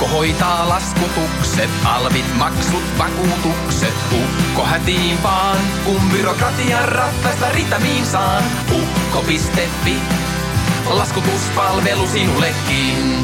Ukko hoitaa laskutukset, alvit, maksut, vakuutukset. Ukko hätiin vaan, kun byrokratian ratkaista ritamiin saan. Ukko.fi, laskutuspalvelu sinullekin.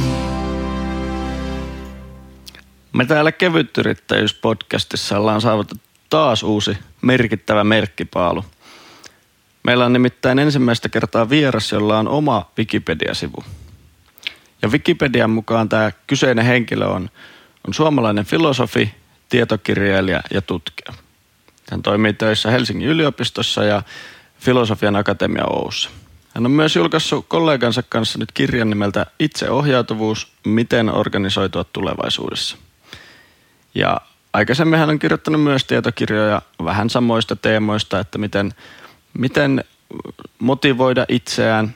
Me täällä Kevytyrittäjyys-podcastissa ollaan saavutettu taas uusi merkittävä merkkipaalu. Meillä on nimittäin ensimmäistä kertaa vieras, jolla on oma Wikipedia-sivu. Ja Wikipedian mukaan tämä kyseinen henkilö on suomalainen filosofi, tietokirjailija ja tutkija. Hän toimii töissä Helsingin yliopistossa ja Filosofian Akatemia Oulussa. Hän on myös julkaissut kollegansa kanssa nyt kirjan nimeltä Itseohjautuvuus, miten organisoitua tulevaisuudessa. Ja aikaisemmin hän on kirjoittanut myös tietokirjoja vähän samoista teemoista, että miten motivoida itseään,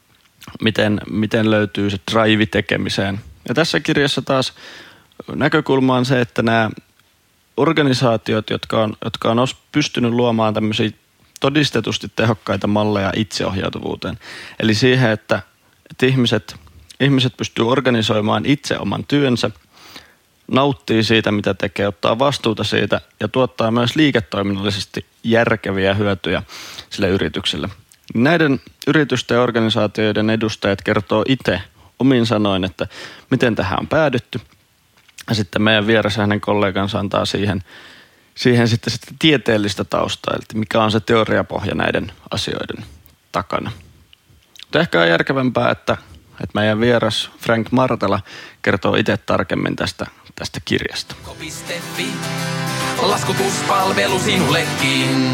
miten löytyy se drive tekemiseen. Ja tässä kirjassa taas näkökulma on se, että nämä organisaatiot, jotka on pystynyt luomaan tämmöisiä todistetusti tehokkaita malleja itseohjautuvuuteen. Eli siihen, että ihmiset pystyy organisoimaan itse oman työnsä, nauttii siitä, mitä tekee, ottaa vastuuta siitä ja tuottaa myös liiketoiminnallisesti järkeviä hyötyjä sille yritykselle. Näiden yritysten ja organisaatioiden edustajat kertoo itse omin sanoin, että miten tähän on päädytty. Ja sitten meidän vieressä hänen kollegansa antaa siihen sitten tieteellistä taustaa, eli mikä on se teoriapohja näiden asioiden takana. Mutta ehkä on järkevämpää, että meidän vieras Frank Martela kertoo itse tarkemmin tästä kirjasta. Ukko.fi, laskutuspalvelu sinullekin.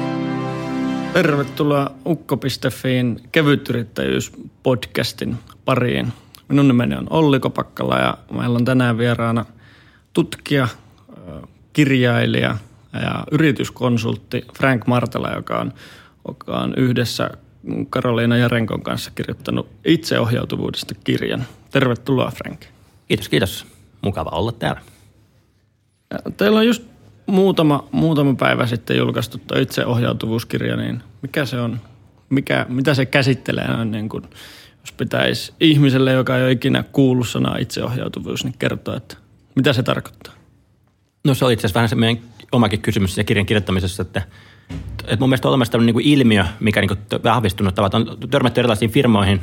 Tervetuloa Ukko.fiin Kevytyrittäjyys-podcastin pariin. Minun nimeni on Olli Kopakkala ja meillä on tänään vieraana tutkija, kirjailija ja yrityskonsultti Frank Martela, joka on yhdessä Karoliina Jarenkon kanssa kirjoittanut itseohjautuvuudesta kirjan. Tervetuloa, Frank. Kiitos. Mukava olla täällä. Teillä on just muutama päivä sitten julkaistu tuo itseohjautuvuuskirja, niin mikä se on? Mitä se käsittelee? Niin kun, jos pitäisi ihmiselle, joka ei ole ikinä kuullut sanaa itseohjautuvuus, niin kertoa, että mitä se tarkoittaa? No se oli itse asiassa vähän se meidän omakin kysymys ja kirjan kirjoittamisessa, että mun mielestä on olemassa tämmöinen niin ilmiö, mikä niin vahvistunut tavat. On törmätty erilaisiin firmoihin,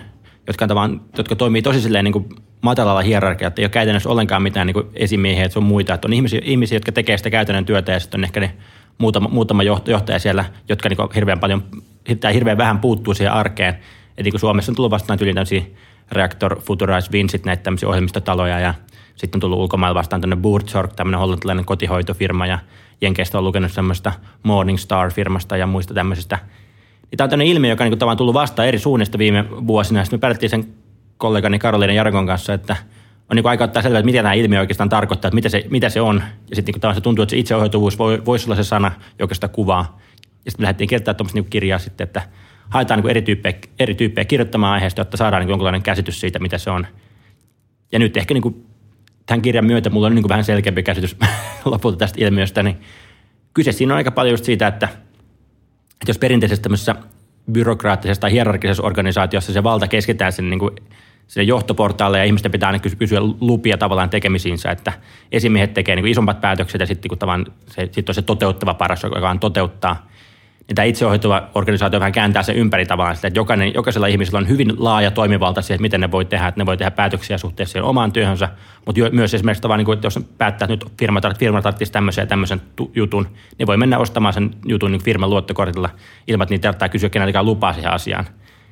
jotka toimii tosi silleen niin matalalla hierarkialla, että ei ole käytännössä ollenkaan mitään niin esimiehiä, että se on muita. Että on ihmisiä, jotka tekee sitä käytännön työtä ja sitten on ehkä ne muutama johtaja siellä, jotka niin hirveän vähän puuttuu siihen arkeen. Että niin Suomessa on tullut vastaan yli tämmöisiä Reactor, Futurize, Vincit, näitä tämmöisiä ohjelmistotaloja ja sitten on tullut ulkomailla vastaan tämmöinen Buurtzorg, tämmöinen hollantilainen kotihoitofirma ja Jenkeistä on lukenut semmoista Morningstar-firmasta ja muista tämmöisistä. Tämä on tämmöinen ilmiö, joka on tavallaan tullut vastaan eri suunnista viime vuosina. Sitten me päätettiin sen kollegani Karoliina Jarenkon kanssa, että on aika ottaa selvää, että mitä tämä ilmiö oikeastaan tarkoittaa, että mitä se on. Ja sitten se tuntuu, että se itseohjautuvuus voisi olla se sana, joka sitä kuvaa. Ja sitten me lähdettiin kirjoittamaan tuommoista kirjaa sitten, että haetaan eri tyyppejä kirjoittamaan aiheesta, jotta saadaan jonkinlainen käsitys siitä, mitä se on. Ja nyt ehkä tämän kirjan myötä mulla on vähän selkeämpi käsitys lopulta tästä ilmiöstä, niin kyse siinä on aika paljon just siitä, että jos perinteisessä tämmöisessä byrokraattisessa tai hierarkisessa organisaatiossa se valta keskitään sinne johtoportaalle ja ihmisten pitää aina kysyä lupia tavallaan tekemisiinsä, että esimiehet tekee isompat päätökset ja sitten kun sit on se toteuttava paras, joka on toteuttaa. Ja tämä itseohjautuva organisaatio vähän kääntää sen ympäri tavallaan sitä, että jokaisella ihmisellä on hyvin laaja toimivalta siihen, että miten ne voi tehdä, että ne voi tehdä päätöksiä suhteessa siihen omaan työhönsä, mutta myös esimerkiksi tavallaan, että jos päättää, että nyt firma tarvitsisi tämmöisen jutun, niin voi mennä ostamaan sen jutun firman luottokortilla ilman, että niitä tarvitsee kysyä keneltäkään lupaa siihen asiaan.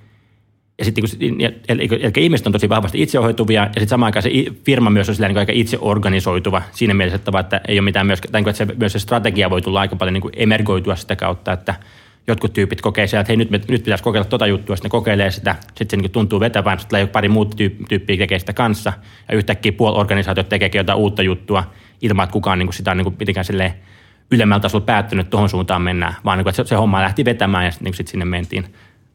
Ja sitten eli ihmiset on tosi vahvasti itseohjautuvia ja sitten samaan aikaan se firma myös on aika itseorganisoituva siinä mielessä, että ei ole mitään myöskään, että myös se strategia voi tulla aika paljon emergoitua sitä kautta, että jotkut tyypit kokee siellä, että hei nyt pitäisi kokeilla tota juttua, sitten ne kokeilee sitä, sitten se tuntuu vetävän, sitten pari muuta tyyppiä tekee sitä kanssa ja yhtäkkiä puolorganisaatiot tekeekin jotain uutta juttua ilman, että kukaan sitä on mitenkään silleen ylemmällä tasolla päättynyt, että tuohon suuntaan mennään, vaan että se homma lähti vetämään ja sitten sinne mentiin.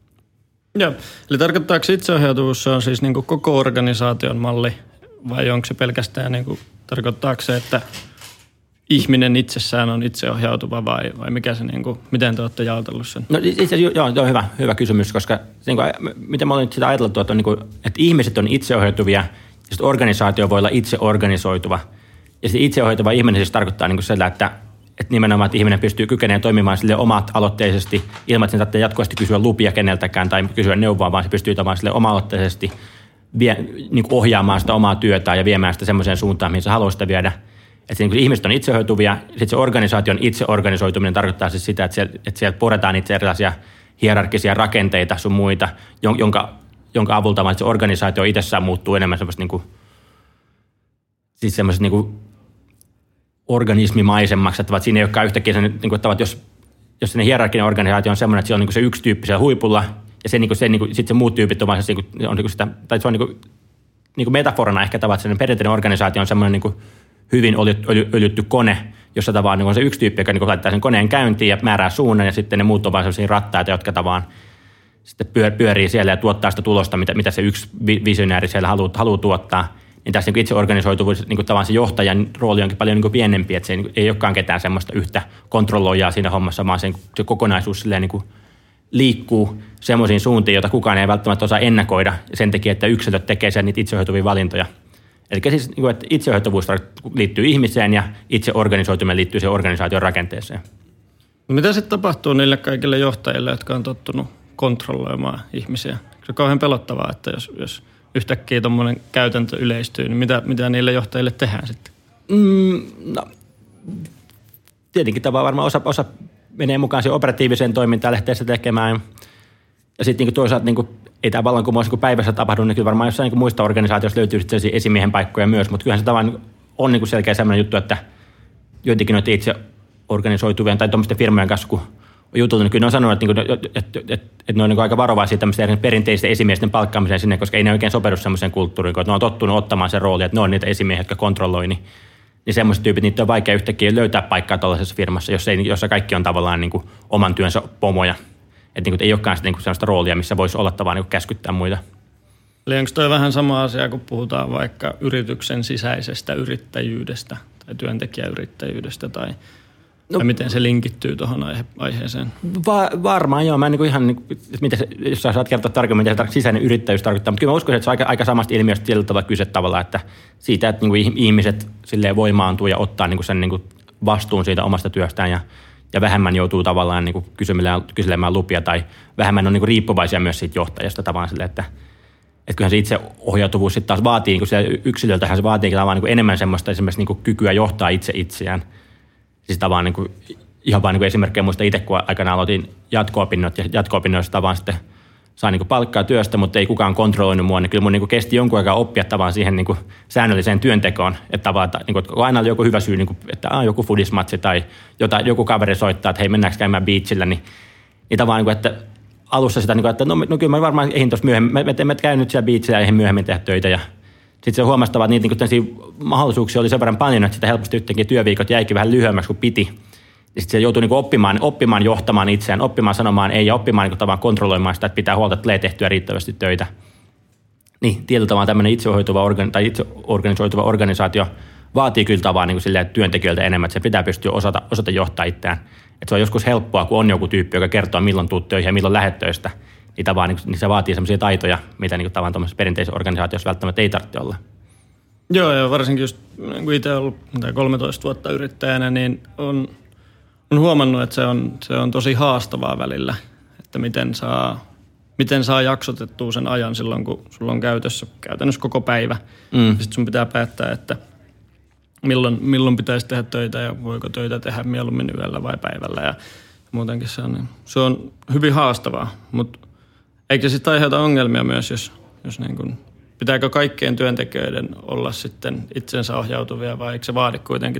Joo, eli tarkoittaako itseohjautuvuus se on siis koko organisaation malli vai onko se pelkästään tarkoittaako se, että ihminen itsessään on itseohjautuva vai mikä se miten te olette jaotellut sen? No itse asiassa joo, on hyvä kysymys, koska miten mä olen nyt sitä ajatellut, että ihmiset on itseohjautuvia Sitten organisaatio voi olla itse organisoituva. Ja sitten itseohjautuva ihminen siis tarkoittaa niin sitä, että nimenomaan että ihminen pystyy kykeneen toimimaan sille omat aloitteisesti ilman, että sen tarvitsee jatkuvasti kysyä lupia keneltäkään tai kysyä neuvoa, vaan se pystyy tavallaan sille oma-aloitteisesti niin ohjaamaan sitä omaa työtään ja viemään sitä semmoiseen suuntaan, mihin se haluaa sitä viedä. Että niin ihmiset on itseohjautuvia, sitten se organisaation itseorganisoituminen tarkoittaa siis sitä, että sieltä puretaan itse erilaisia hierarkisia rakenteita sun muita, jonka avulta vaan se organisaatio itsessään muuttuu enemmän semmoista organismimaisemmaksi, että siinä ei olekaan yhtäkkiä se, että jos se hierarkinen organisaatio on semmoinen, että siellä on se yksi tyyppi siellä huipulla, ja sitten se muut tyypit on vaan se on metaforana ehkä tavallaan, että se perinteinen organisaatio on semmoinen hyvin öljytty kone, jossa tavallaan on se yksi tyyppi, joka laittaa sen koneen käyntiin ja määrää suunnan, ja sitten ne muut on vaan sellaisia rattaita, jotka tavallaan sitten pyörii siellä ja tuottaa sitä tulosta, mitä se yksi visionääri siellä haluaa tuottaa. Niin tässä itseorganisoituvuus, tavallaan se johtajan rooli onkin paljon pienempi, että se ei olekaan ketään semmoista yhtä kontrolloijaa siinä hommassa, vaan se kokonaisuus silleen liikkuu semmoisiin suuntiin, joita kukaan ei välttämättä osaa ennakoida sen takia, että yksilöt tekee siellä niitä itseohjautuvia valintoja. Eli siis että itseohjautuvuus liittyy ihmiseen ja itseorganisoituminen liittyy siihen organisaation rakenteeseen. No mitä sitten tapahtuu niille kaikille johtajille, jotka on tottunut kontrolloimaan ihmisiä? Se on kauhean pelottavaa, että jos yhtäkkiä tuommoinen käytäntö yleistyy, niin mitä niille johtajille tehdään sitten? No, tietenkin varmaan osa menee mukaan siihen operatiiviseen toimintaan, lähtee sitä tekemään. Ja sitten toisaalta ei tämä vallankumous päivässä tapahdu, niin kyllä varmaan jossain muista organisaatioissa löytyy sitten esimiehen paikkoja myös, mutta kyllähän se tavallaan on selkeä sellainen juttu, että joitakin noita itse organisoituvien tai tuommoisten firmojen kanssa, kun on juteltu, niin kyllä ne on sanonut, että ne on aika varovaisia tämmöisten perinteisten esimiesten palkkaamiseen sinne, koska ei ne oikein sopedu semmoiseen kulttuuriin, kun ne on tottunut ottamaan sen roolin, että ne on niitä esimiehiä, jotka kontrolloi, niin semmoiset tyypit, niitä on vaikea yhtäkkiä löytää paikkaa tällaisessa firmassa, jossa kaikki on tavallaan oman työnsä pomoja. Että ei olekaan sitä sellaista roolia, missä voisi olla tavallaan käskyttää muita. Eli onko toi vähän sama asia, kun puhutaan vaikka yrityksen sisäisestä yrittäjyydestä tai työntekijäyrittäjyydestä tai miten se linkittyy tuohon aiheeseen? Varmaan joo. Mä en jos sä saat kertoa tarkemmin, mitä se sisäinen yrittäjyys tarkoittaa, mutta kyllä mä uskoisin, että se on aika samasta ilmiöstä tietyllä tavalla kyse tavallaan, että siitä, että ihmiset silleen voimaantuu ja ottaa sen vastuun siitä omasta työstään ja vähemmän joutuu tavallaan kyselemään lupia tai vähemmän on riippuvaisia myös siitä johtajasta tavallaan silleen, että kyllähän se itseohjautuvuus sitten taas vaatii, yksilöltähän se vaatii tavallaan enemmän semmoista esimerkiksi kykyä johtaa itseään. Siis tavallaan ihan vain esimerkkejä muista itse, kun aikanaan aloitin jatko-opinnot ja jatko-opinnoissa tavallaan sitten saa palkkaa työstä, mutta ei kukaan kontrolloinut mua, niin kyllä mun kesti jonkun aikaa oppia tavallaan siihen säännölliseen työntekoon, että tavallaan, että aina oli joku hyvä syy, että joku foodismatsi tai joku kaveri soittaa, että hei mennäänkö käymään beachillä, niin tavallaan, että alussa sitä, että no kyllä mä varmaan eihin tuossa myöhemmin, mä käyn nyt siellä beachillä ja eihin myöhemmin tehdä töitä ja sitten se huomastava, että niitä mahdollisuuksia oli sen verran paljon, että sitä helposti yhtäkkiä työviikot jäikin vähän lyhyemmäksi kuin piti. Ja sitten se joutui oppimaan johtamaan itseään, oppimaan sanomaan ei ja oppimaan tavallaan kontrolloimaan sitä, että pitää huolta, että tulee tehtyä riittävästi töitä. Niin, tietyllä tavalla tämmöinen itseorganisoituva organisaatio vaatii kyllä tavallaan työntekijöiltä enemmän, että se pitää pystyä osata johtaa itseään. Että se on joskus helppoa, kun on joku tyyppi, joka kertoo milloin tuut töihin ja milloin lähdet töistä. Niin se vaatii sellaisia taitoja, mitä tavallaan tuollaisessa perinteisessä organisaatiossa välttämättä ei tarvitse olla. Joo, ja varsinkin just kun itse olen ollut 13 vuotta yrittäjänä, niin on huomannut, että se on tosi haastavaa välillä, että miten saa jaksotettua sen ajan silloin, kun sulla on käytännössä koko päivä. Sitten sun pitää päättää, että milloin pitäisi tehdä töitä ja voiko töitä tehdä mieluummin yöllä vai päivällä. Ja muutenkin se on hyvin haastavaa, mutta eikö sitten aiheuta ongelmia myös, jos pitääkö kaikkien työntekijöiden olla sitten itsensä ohjautuvia vai eikö se vaadi kuitenkin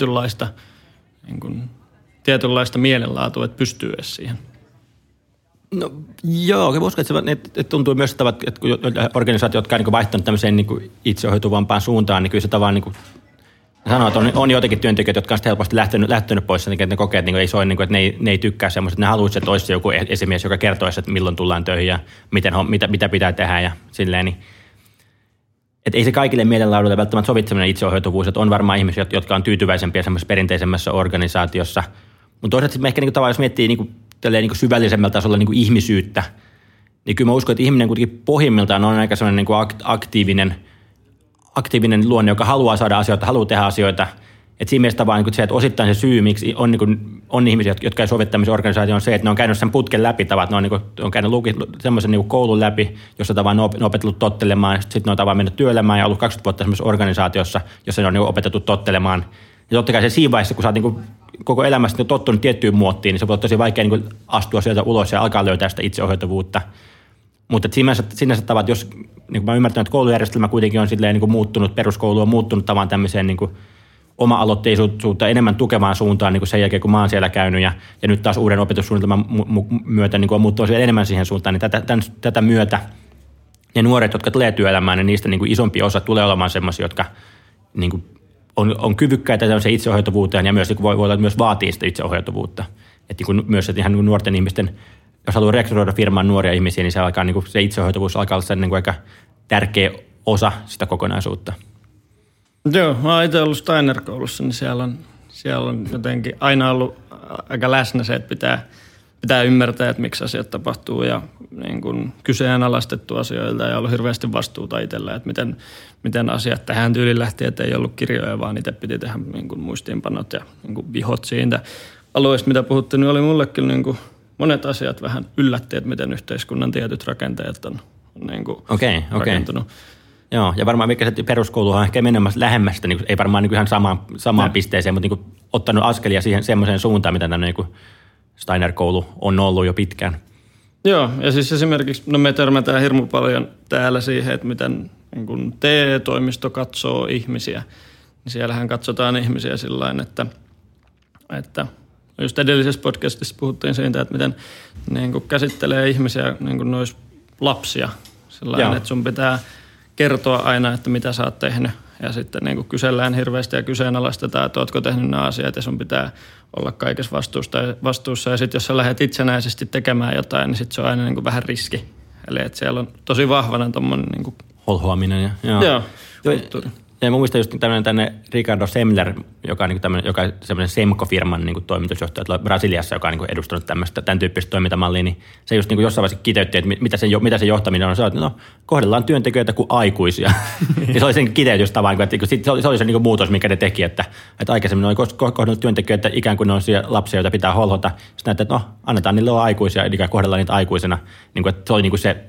tietynlaista mielenlaatua, että pystyy edes siihen? No joo, mä uskon, että tuntuu myös, että organisaatiot, jotka on vaihtanut tämmöiseen itseohjautuvampaan suuntaan, niin kyllä se tavallaan sanoo, että on joitakin työntekijöitä, jotka on helposti lähtenyt pois, että ne kokee, että, ei soi, että ne ei tykkää semmoista, että ne haluaisivat, että olisi joku esimies, joka kertoisi, että milloin tullaan töihin ja mitä pitää tehdä ja silleen. Niin, että ei se kaikille mielenlaadulle välttämättä sovi semmoinen itseohjautuvuus, että on varmaan ihmisiä, jotka on tyytyväisempiä semmoisessa perinteisemmässä organisaatiossa. Mutta toisaalta ehkä tavallaan, jos miettii syvällisemmällä tasolla ihmisyyttä, niin kyllä mä uskon, että ihminen kuitenkin pohjimmiltaan on aika semmoinen aktiivinen aktiivinen luonne, joka haluaa saada asioita, haluaa tehdä asioita. Että siinä mielessä vaan niin se, että osittain se syy, miksi on ihmisiä, jotka ei sovi tämmöisen organisaation, on se, että ne on käynyt sen putken läpi tavat. Ne on käynyt semmoisen koulun läpi, jossa tavan ne on opetellut tottelemaan. Sitten ne on tavan mennyt työelämään ja ollut 20 vuotta semmoisessa organisaatiossa, jossa ne on opetettu tottelemaan. Ja totta kai se siinä vaiheessa, kun sä oot koko elämästä tottunut tiettyyn muottiin, niin se voi olla tosi vaikea astua sieltä ulos ja alkaa löytää sitä itseohjautuvuutta. Mutta sinänsä tavat, jos niin mä ymmärtänyt, että koulujärjestelmä kuitenkin on silleen, muuttunut, peruskoulu on muuttunut tavan tämmöiseen oma-aloitteisuutta enemmän tukevaan suuntaan niin kuin sen jälkeen, kun mä oon siellä käynyt. Ja nyt taas uuden opetussuunnitelman myötä niin on muuttunut enemmän siihen suuntaan. Niin tätä myötä ne nuoret, jotka tulee työelämään, niin niistä niin isompi osa tulee olemaan semmoisia, jotka niin on kyvykkäitä tämmöiseen itseohjautuvuuteen ja myös voi myös vaatii sitä itseohjautuvuutta. Että myös että ihan nuorten ihmisten, jos haluaa rekrytoida firmaan nuoria ihmisiä, niin se itseohjautuvuus alkaa olla sen aika tärkeä osa sitä kokonaisuutta. Joo, mä oon itse ollut Steiner-koulussa, niin siellä on jotenkin aina ollut aika läsnä se, että pitää ymmärtää, että miksi asiat tapahtuu ja niin kuin kyseenalaistettu asioilta ja ollut hirveästi vastuuta itsellä, että miten asiat tähän tyyliin lähti, että ei ollut kirjoja, vaan itse piti tehdä niin kuin muistiinpanot ja niin kuin vihot siitä alueesta, mitä puhuttiin, niin oli mullekin niin kuin monet asiat vähän yllätti, että miten yhteiskunnan tietyt rakenteet on niin kuin rakentunut. Joo, ja varmaan mikä se peruskoulu on ehkä menemässä lähemmästä, niin ei varmaan niin ihan samaan pisteeseen, mutta niin ottanut askelia siihen semmoiseen suuntaan, mitä tämmöinen niin Steiner-koulu on ollut jo pitkään. Joo, ja siis esimerkiksi, me törmätään hirmu paljon täällä siihen, että miten niin TE-toimisto katsoo ihmisiä. Niin siellähän katsotaan ihmisiä sillain, että just edellisessä podcastissa puhuttiin siitä, että miten niin käsittelee ihmisiä niin kuin nois lapsia. Sillain, että sun pitää kertoa aina, että mitä sä oot tehnyt. Ja sitten niin kysellään hirveästi ja kyseenalaistetaan, että ootko tehnyt nämä asiat ja sun pitää olla kaikessa vastuussa. Ja sitten jos sä lähdet itsenäisesti tekemään jotain, niin sitten se on aina niin vähän riski. Eli että siellä on tosi vahvana tommoinen niin holhoaminen. Joo. Ja mä muistan just tänne Ricardo Semler, joka on semmoinen Semco-firman toimitusjohtaja Brasiliassa, joka on edustanut tämän tyyppistä toimintamallia, niin se just jossain vaiheessa kiteytti, että mitä se johtaminen on. Se on, että kohdellaan työntekijöitä kuin aikuisia. Ja se oli sen kiteytys tavallaan, että se oli se muutos, mikä ne teki, että aikaisemmin oli kohdellut työntekijöitä ikään kuin ne on lapsia, joita pitää holhota. Sitten näyttää, että annetaan niille olla aikuisia, eli kohdellaan niitä aikuisena. Että se oli se...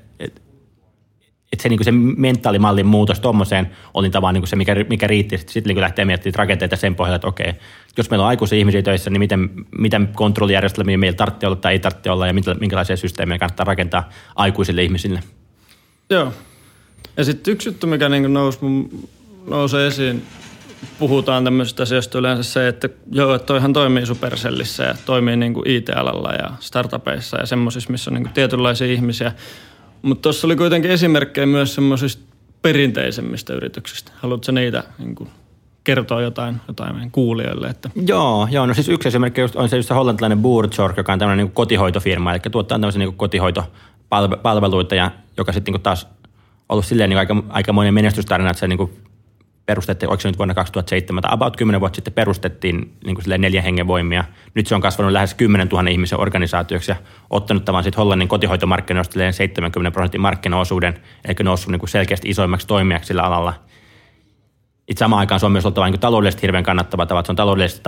Että se mentaalimallin muutos tommoseen oli tavallaan se, mikä riitti. Sitten lähtee miettimään rakenteita sen pohjalta, että okei, jos meillä on aikuisia ihmisiä töissä, niin miten kontrollijärjestelmiä meillä tarvitsee olla tai ei tarvitse olla ja minkälaisia systeemejä kannattaa rakentaa aikuisille ihmisille. Joo. Ja sitten yksi juttu, mikä nousee esiin, puhutaan tämmöisestä asiasta yleensä se, että joo, että toihan toimii Supercellissä ja toimii niin kuin IT-alalla ja startupeissa ja semmoisissa, missä on niin kuin tietynlaisia ihmisiä. Mutta tuossa oli kuitenkin esimerkkejä myös semmoisista perinteisemmistä yrityksistä. Haluatko niitä niin kuin kertoa jotain meidän kuulijoille? Että... Joo, no siis yksi esimerkki on se just se hollantilainen Buurtzorg, joka on tämmöinen niin kotihoitofirma, eli tuottaa tämmöisiä niin kotihoitopalveluita, ja joka sitten niin taas ollut silleen niin aikamoinen menestystarina, että se niin perustettiin, oliko se nyt vuonna 2007, about 10 vuotta sitten perustettiin niin kuin 4 hengen voimia. Nyt se on kasvanut lähes 10 000 ihmisen organisaatioksi ja ottanut tavan sitten Hollannin kotihoitomarkkinoista 70% markkinaosuuden, eli noussut niin kuin selkeästi isoimmaksi toimijaksi sillä alalla. Itse samaan aikaan se on myös ollut niin taloudellisesti hirveän kannattava tava, se on taloudellisesti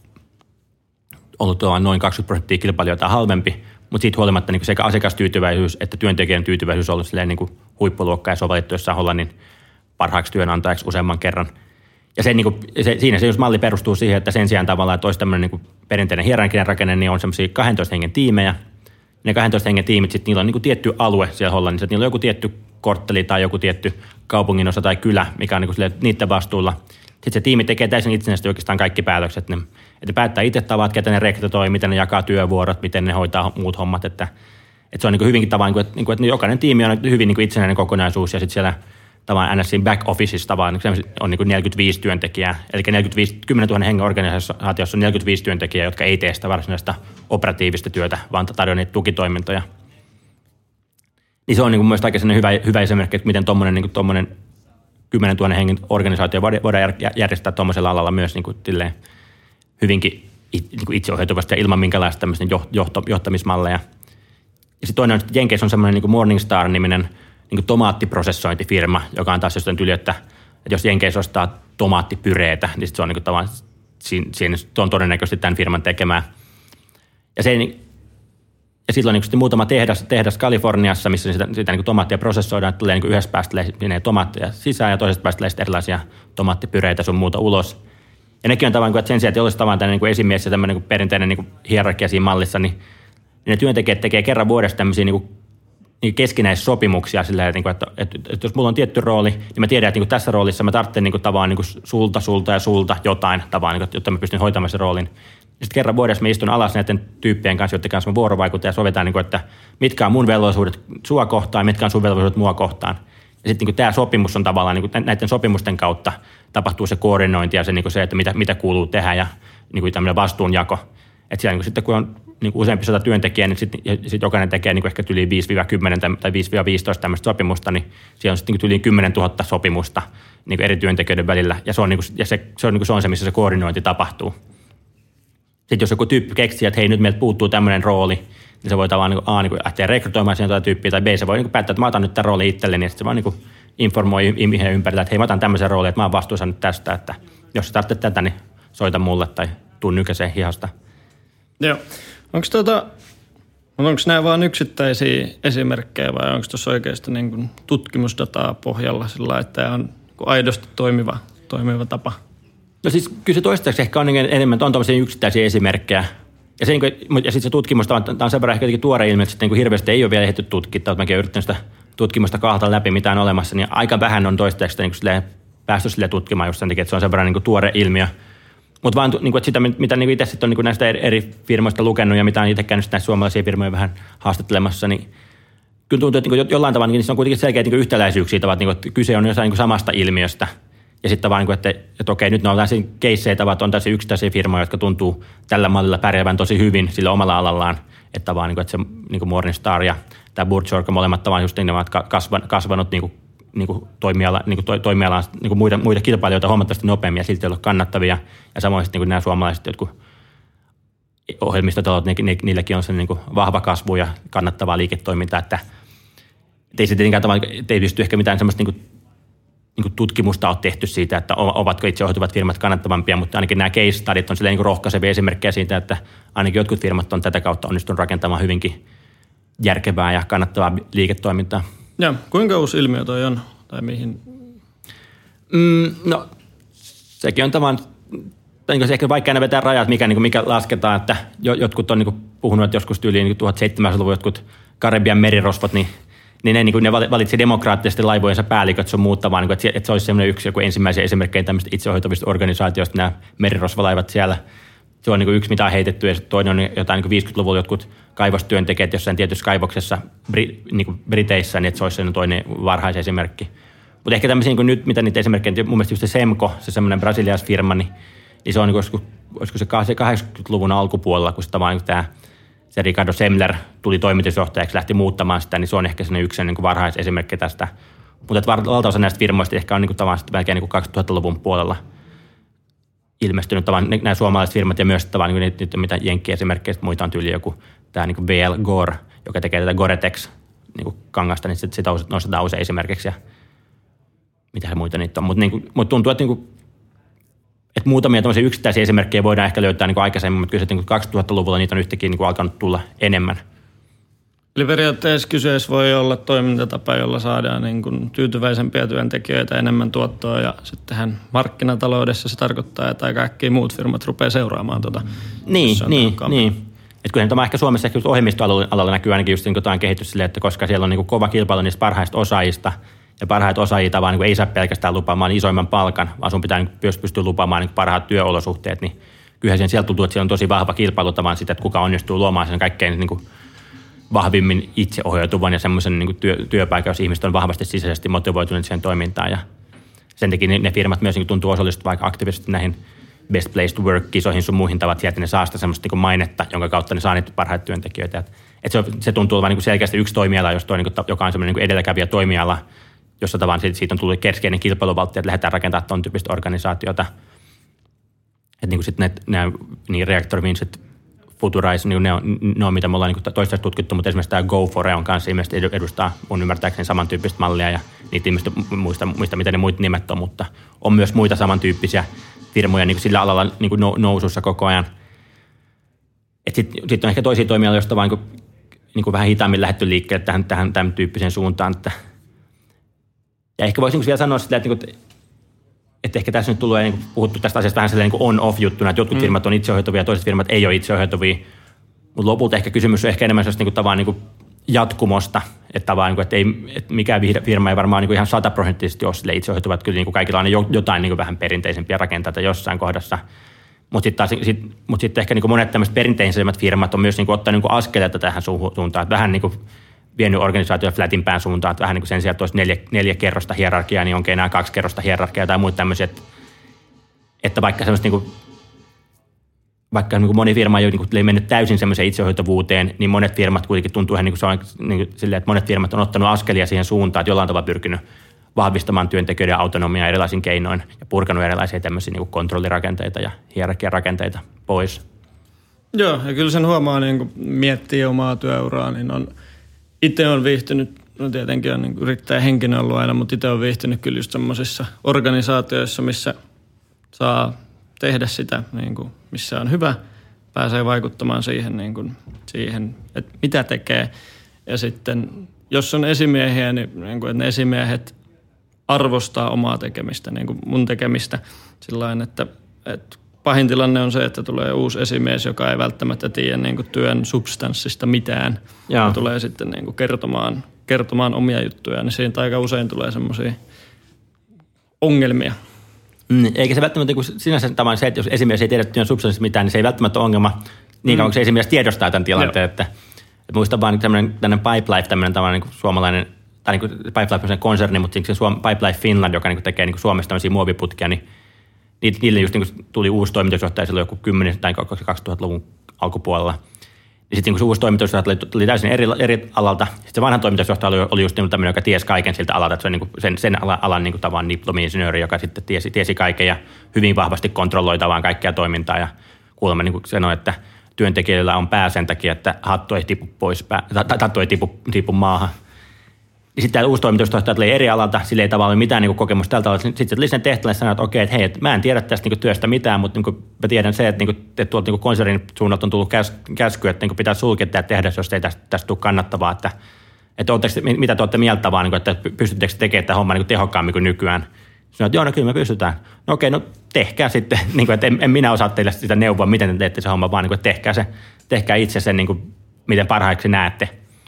ollut noin 20% kilpailijoita halvempi, mutta siitä huolimatta niin sekä asiakastyytyväisyys että työntekijän tyytyväisyys on ollut niin kuin huippuluokkaa ja se on valittu jossain Hollannin parhaaksi työnantajaksi useamman kerran. Ja siinä se just malli perustuu siihen, että sen sijaan tavallaan, että olisi tämmöinen niin perinteinen hierarkinen rakenne, niin on semmoisia 12 hengen tiimejä. Ne 12 hengen tiimit, sitten niillä on niin tietty alue siellä Hollannissa, että niillä on joku tietty kortteli tai joku tietty kaupunginosa tai kylä, mikä on niin niiden vastuulla. Sitten se tiimi tekee täysin itsenäisesti oikeastaan kaikki päätökset. Että ne päättää itse tavat, ketä ne rekrytoi, miten ne jakaa työvuorot, miten ne hoitaa muut hommat. Että se on niin hyvinkin tavallaan, että jokainen tiimi on hyvin niin itsenäinen kokonaisuus ja sitten siellä tavallaan NSCin back officeissa on niin 45 työntekijää. Eli 10 000 hengen organisaatiossa on 45 työntekijää, jotka ei tee sitä varsinaista operatiivista työtä, vaan tarjoaa niitä tukitoimintoja. Niin se on niin mielestäni aika hyvä esimerkki, että miten tuommoinen 10 000 hengen organisaatio voidaan järjestää tuommoisella alalla myös niin hyvinkin itseohjautuvasti ja ilman minkälaista tämmöisen johtamismalleja. Ja sitten toinen on, että Jenkeissä on semmoinen niin Morningstar-niminen niin tomaattiprosessointifirma, joka on taas jostain yli, että Että jos Jenkeissä ostaa tomaattipyreetä, niin se on niin kuin tavallaan, siinä on todennäköisesti tämän firman tekemää. Ja silloin niin muutama tehdas Kaliforniassa, missä sitä niin kuin tomaattia prosessoidaan, että tulee niin kuin yhdessä päästä menee tomaatteja sisään ja toisesta päästä erilaisia tomaattipyreitä sun muuta ulos. Ja nekin on tavallaan, että sen sijaan, että olisi tavallaan tämmöinen niin esimies ja tämmöinen niin perinteinen niin hierarkia siinä mallissa, niin ne työntekijät tekee kerran vuodessa tämmöisiä niin keskinäissopimuksia sillä, että jos mulla on tietty rooli, niin mä tiedän, että niin tässä roolissa mä tarvitsen niin tavallaan niin sulta jotain tavallaan, jotta mä pystyn hoitamaan sen roolin. Sitten kerran vuodessa mä istun alas näiden tyyppien kanssa, joiden kanssa mä vuorovaikutan ja sovitaan, että mitkä on mun velvollisuudet sua kohtaan ja mitkä on sun velvollisuudet mua kohtaan. Ja sitten tämä sopimus on tavallaan, näiden sopimusten kautta tapahtuu se koordinointi ja se että mitä kuuluu tehdä ja tämmöinen vastuunjako. Että siellä sitten kun on useampi 100 työntekijää, niin sitten jokainen tekee ehkä yli 5-10 tai 5-15 tämmöistä sopimusta, niin siellä on sitten yli 10 000 sopimusta eri työntekijöiden välillä. Ja se on se, missä se koordinointi tapahtuu. Sitten jos joku tyyppi keksii, että hei, nyt meiltä puuttuu tämmöinen rooli, niin se voi tavallaan lähteä rekrytoimaan siihen jotain tyyppiä, tai B, se voi päättää, että mä otan nyt tämän roolin itselleni, ja sitten se vaan informoi ihmisen ympärillä, että hei, mä otan tämmöisen roolin, että mä oon vastuussa nyt tästä, että jos sä tarvitset tätä, niin soita mulle tai tuu nykäiseen hihasta. Joo. Onko nämä vain yksittäisiä esimerkkejä vai onko tuossa oikeasti niin kuin tutkimusdataa pohjalla sillä, että tämä on aidosti toimiva tapa? No siis kyllä se toistaiseksi ehkä on enemmän, on tuollaisia yksittäisiä esimerkkejä. Ja sitten se tutkimus, tämä on sen verran ehkä tuore ilmiö, että sitten hirveästi ei ole vielä ehditty tutkia, mäkin olen yrittänyt sitä tutkimusta kahlata läpi, mitä on olemassa, niin aika vähän on toistaiseksi päästy sille tutkimaan just sen takia, että se on sen verran tuore ilmiö. Mutta vaan että sitä, mitä itse sitten on näistä eri firmoista lukenut ja mitä on itse käynyt näistä suomalaisia firmoja vähän haastattelemassa, niin kyllä tuntuu, että jollain tavalla niissä on kuitenkin selkeitä yhtäläisyyksiä, että kyse on jossain samasta ilmiöstä. Ja sitten vaan, että okei, nyt ne on tällaisia keisseitä, että on tällaisia yksittäisiä firmoja, jotka tuntuu tällä mallilla pärjäävän tosi hyvin sillä omalla alallaan. Että vaan, että se Morningstar ja tämä Burchorka molemmat tavallaan just niin, ovat kasvanut toimialaan muita kilpailijoita huomattavasti nopeammin ja silti ollut kannattavia. Ja samoin sitten nämä suomalaiset jotkut ohjelmistotalot, niilläkin on se vahva kasvu ja kannattavaa liiketoimintaa, että ei se tietenkään ei pysty ehkä mitään semmoista tutkimusta on tehty siitä, että ovatko itseohjautuvat firmat kannattavampia, mutta ainakin nämä case studit on silleen rohkaisevia esimerkkejä siitä, että ainakin jotkut firmat on tätä kautta onnistunut rakentamaan hyvinkin järkevää ja kannattavaa liiketoimintaa. Ja kuinka uusi ilmiö toi on? Tai mihin? No, sekin on tavallaan, se ehkä vaikka aina vetää rajat, mikä lasketaan, että jotkut on puhunut, että joskus tyyliin 1700-luvun jotkut Karibian merirosvot, niin ne valitsi demokraattisesti laivojensa päälliköt sun muuttamaan, että se olisi semmoinen joku ensimmäisiä esimerkkejä tämmöistä itseohjautuvista organisaatioista, nämä merirosvalaivat siellä. Se on yksi, mitä on heitetty, ja toinen on jotain 50-luvulla jotkut kaivostyöntekijät jossain tietyssä kaivoksessa Briteissä, niin että se olisi sen toinen varhaisesimerkki. Mutta ehkä tämmöisiä nyt, mitä niitä esimerkkejä, mun mielestä just se Semco, se semmoinen brasilialaisfirma, niin se on olisiko se 80-luvun alkupuolella, kun se Ricardo Semler tuli toimitusjohtajaksi, lähti muuttamaan sitä, niin se on ehkä yksi varhaisesimerkki tästä. Mutta valtaosa näistä firmoista ehkä on tavallaan melkein 2000-luvun puolella ilmestynyt nämä suomalaiset firmat ja myös niitä, mitä jenkkiesimerkkejä, muita on tyyli joku tämä VL Gore, joka tekee tätä Gore-Tex kangasta, niin sitä nostetaan usein esimerkiksi ja mitä muita niitä on. Mutta tuntuu, että muutamia tämmöisiä yksittäisiä esimerkkejä voidaan ehkä löytää aikaisemmin, mutta kyllä 2000-luvulla niitä on yhtäkkiä alkanut tulla enemmän. Eli periaatteessa kyseessä voi olla toimintatapa, jolla saadaan tyytyväisempiä työntekijöitä, enemmän tuottoa ja sittenhän markkinataloudessa se tarkoittaa, että kaikki muut firmat rupeaa seuraamaan tuota. Niin. Että kyllä tämä ehkä Suomessa ohjelmistoalalla näkyy ainakin just jotain kehitys silleen, että koska siellä on kova kilpailu niistä parhaista osaajista, ja parhaita osaajia vaan ei saa pelkästään lupaamaan isoimman palkan, vaan sun pitää pystyä lupaamaan parhaat työolosuhteet, niin kyllähän sieltä tuntuu, että siellä on tosi vahva kilpailu tavallaan sitä, että kuka onnistuu luomaan sen kaikkein vahvimmin itseohjautuvan ja semmoisen työpaikan, jos ihmiset on vahvasti sisäisesti motivoituneet siihen toimintaan. Ja sen takia ne firmat myös tuntuu osallistumaan vaikka aktiivisesti näihin best place to work-kisoihin sun muihin tavat, että ne saa sitä semmoista mainetta, jonka kautta ne saa niitä parhaita työntekijöitä. Että se tuntuu olevan selkeästi yksi toimiala, joka on semmoinen edelläkävijä toimiala, jossa tavallaan siitä on tullut keskeinen kilpailuvaltti, että lähdetään rakentamaan tuon tyyppistä organisaatiota. Että sitten nämä Reactor Vincent Futurice, niin ne on mitä me ollaan niin toistaiseksi tutkittu, mutta esimerkiksi tämä GoFore on kanssa ilmeisesti edustaa mun ymmärtääkseni samantyyppistä mallia ja niitä ihmistä muista mitä ne muut nimet on, mutta on myös muita samantyyppisiä firmoja niin sillä alalla niin nousussa koko ajan. Sitten on ehkä toisia toimialoja, joista vaan niin vähän hitaammin lähdetty liikkeelle tähän tämän tyyppiseen suuntaan. Ja ehkä voisin vielä sanoa sitä, että ehkä tässä nyt tulee niin puhuttu tästä asiasta vähän sellainen niin on-off-juttuna, että jotkut firmat on itseohjautuvia ja toiset firmat ei ole itseohjautuvia. Mutta lopulta ehkä kysymys on ehkä enemmän sellaista niin jatkumosta, että mikään mikään firma ei varmaan niin ihan 100% ole sille itseohjautuva, että kyllä niin kaikilla on jotain niin vähän perinteisempiä rakenteita jossain kohdassa. Mutta sitten ehkä niin monet tämmöiset perinteisemmät firmat on myös niin ottanut niin askeleita tähän suuntaan, että vähän niin vienyt organisaatio flätimpään suuntaan, että vähän niin sen sijaan, että olisi 4 kerrosta hierarkiaa, niin onkin enää 2 kerrosta hierarkiaa tai muita tämmöisiä, että vaikka semmoista vaikka moni firma ei ole mennyt täysin semmoiseen itseohjautuvuuteen, niin monet firmat kuitenkin tuntuu ihan silleen, että monet firmat on ottanut askelia siihen suuntaan, että jollain tavalla pyrkinyt vahvistamaan työntekijöiden autonomiaa erilaisin keinoin ja purkanut erilaisia tämmöisiä kontrollirakenteita ja hierarkiarakenteita pois. Joo, ja kyllä sen huomaa, niin miettii omaa työuraa, niin itse on viihtynyt, no tietenkin on niin yrittäjähenkinen ollut aina, mutta itse on viihtynyt kyllä just semmoisissa organisaatioissa, missä saa tehdä sitä, niin kuin, missä on hyvä, pääsee vaikuttamaan siihen, että mitä tekee. Ja sitten, jos on esimiehiä, niin että ne esimiehet arvostaa omaa tekemistä, niin kuin mun tekemistä, sillain, että pahin tilanne on se, että tulee uusi esimies, joka ei välttämättä tiedä niin kuin työn substanssista mitään. Ja tulee sitten niin kuin kertomaan omia juttuja, niin siitä aika usein tulee semmoisia ongelmia. Eikä se välttämättä sinänsä tavan se, että jos esimies ei tiedä työn substanssista mitään, niin se ei välttämättä ole ongelma niin kauan, kun se esimies tiedostaa tämän tilanteen. Että muistan vaan tämmöinen Pipelife, tämmöinen tavallaan niin suomalainen, tai niin Pipelife on konserni, mutta se Pipelife Finland, joka niin tekee niin Suomessa tämmöisiä muoviputkia, niin niille just niin tuli uusi toimitusjohtaja silloin joku 10 tai 2000-luvun alkupuolella. Ja sitten niin se uusi toimitusjohtaja tuli täysin eri alalta. Sitten se vanha toimitusjohtaja oli just tämmöinen, joka tiesi kaiken siltä alalta, että se on niin sen alan niin tavan diplomi-insinööri, joka sitten tiesi kaiken ja hyvin vahvasti kontrolloi tavan kaikkea toimintaa. Ja kuulemma niin sanoi, että työntekijöillä on pää sen takia, että hattu ei tipu pois hattu ei tipu maahan. Ja sitten tämä uusi toimitusjohtaja tuli eri alalta, sillä ei tavallaan mitään niin kokemusta tältä alalta. Sitten se tuli sen tehtävälle ja sanoi, että okei, että hei, että mä en tiedä tästä niin työstä mitään, mutta niin mä tiedän se, että tuolta niin konsernin suunnalta on tullut käsky, että niin pitää sulkea tämä tehdä, jos ei tästä tule kannattavaa. Että mitä te olette mieltä vaan, että pystyttekö tekemään tämä homma niin tehokkaammin kuin nykyään? Sanoin, että joo, no kyllä me pystytään. No okei, no tehkää sitten, että en minä osaa teille sitä neuvoa, miten te teette se homma, vaan että tehkää itse sen, miten parhaaksi näette.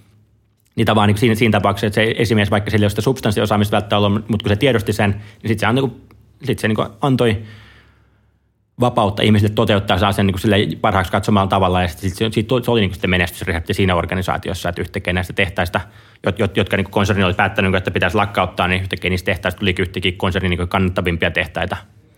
Niitä vaan niin siinä tapauksessa, että se esimies, vaikka sillä ei ole sitä substanssiosaamista välttämättä ollut, mutta kun se tiedosti sen, niin sitten se antoi vapautta ihmisille toteuttaa saa sen parhaaksi katsomalla tavalla. Ja sitten se oli sitten menestysresepti siinä organisaatiossa, että yhtäkkiä näistä tehtaista, jotka niin konserni oli päättänyt, että pitäisi lakkauttaa, niin yhtäkkiä niistä tehtaista tuli yhtäkkiä konsernin niin kannattavimpia tehtaita.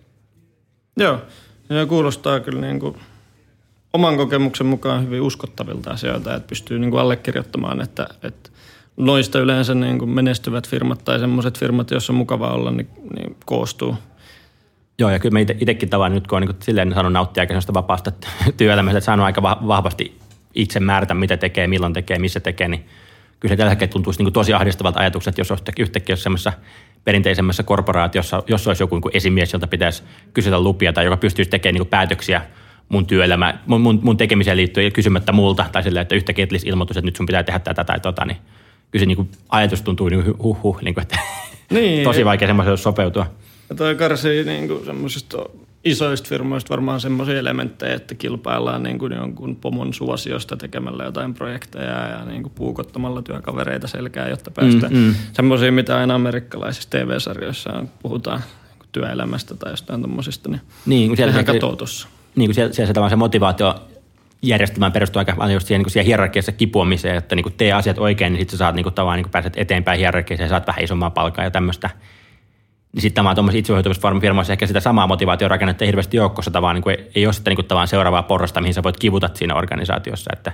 Joo, ja kuulostaa kyllä niin kuin oman kokemuksen mukaan hyvin uskottavilta asioilta, että pystyy niin kuin allekirjoittamaan, että noista yleensä niin kuin menestyvät firmat tai semmoiset firmat, joissa on mukava olla, niin koostuu. Joo, ja kyllä mä itsekin tavan nyt, kun on niin silleen saanut nauttia aika sellaista vapaasta työelämästä, että saanut aika vahvasti itse määrätä, mitä tekee, milloin tekee, missä tekee, niin kyllä se tällä hetkellä tuntuisi niin kuin tosi ahdistavalta ajatukselta, että jos yhtäkkiä olisi semmoisessa perinteisemmässä korporaatiossa, jos olisi joku niin esimies, jolta pitäisi kysytä lupia tai joka pystyisi tekemään niin päätöksiä mun työelämä, mun tekemiseen liittyen kysymättä multa, tai silleen, että yhtäkkiä tulisi ilmoitus, että nyt sun pitää tehdä tätä tai tota, niin kyllä se niin ajatus tuntuu niin että niin, tosi vaikea semmoiselle sopeutua. Ja toi karsii niin semmoisista isoista firmoista varmaan semmoisia elementtejä, että kilpaillaan niin kuin jonkun pomon suosiosta tekemällä jotain projekteja ja niin kuin puukottamalla työkavereita selkää, jotta päästään semmoisia, mitä aina amerikkalaisissa TV-sarjoissa puhutaan niin työelämästä tai jostain tommosista, niin sehän katoo tuossa. Niin kuin siellä se motivaatio järjestelmään perustuu aika paljon just siihen hierarkiassa kipuamiseen, että niin tee asiat oikein, niin sitten sä saat niin pääset eteenpäin hierarkiassa ja saat vähän isommaa palkkaa ja tämmöistä. Niin sitten tämä on tuommoisessa itseohjautumisessa firmoissa ehkä sitä samaa motivaatiorakennetta hirveästi joukkossa tavallaan, niin ei ole sitä niin seuraavaa porrasta, mihin sä voit kivuta siinä organisaatiossa, että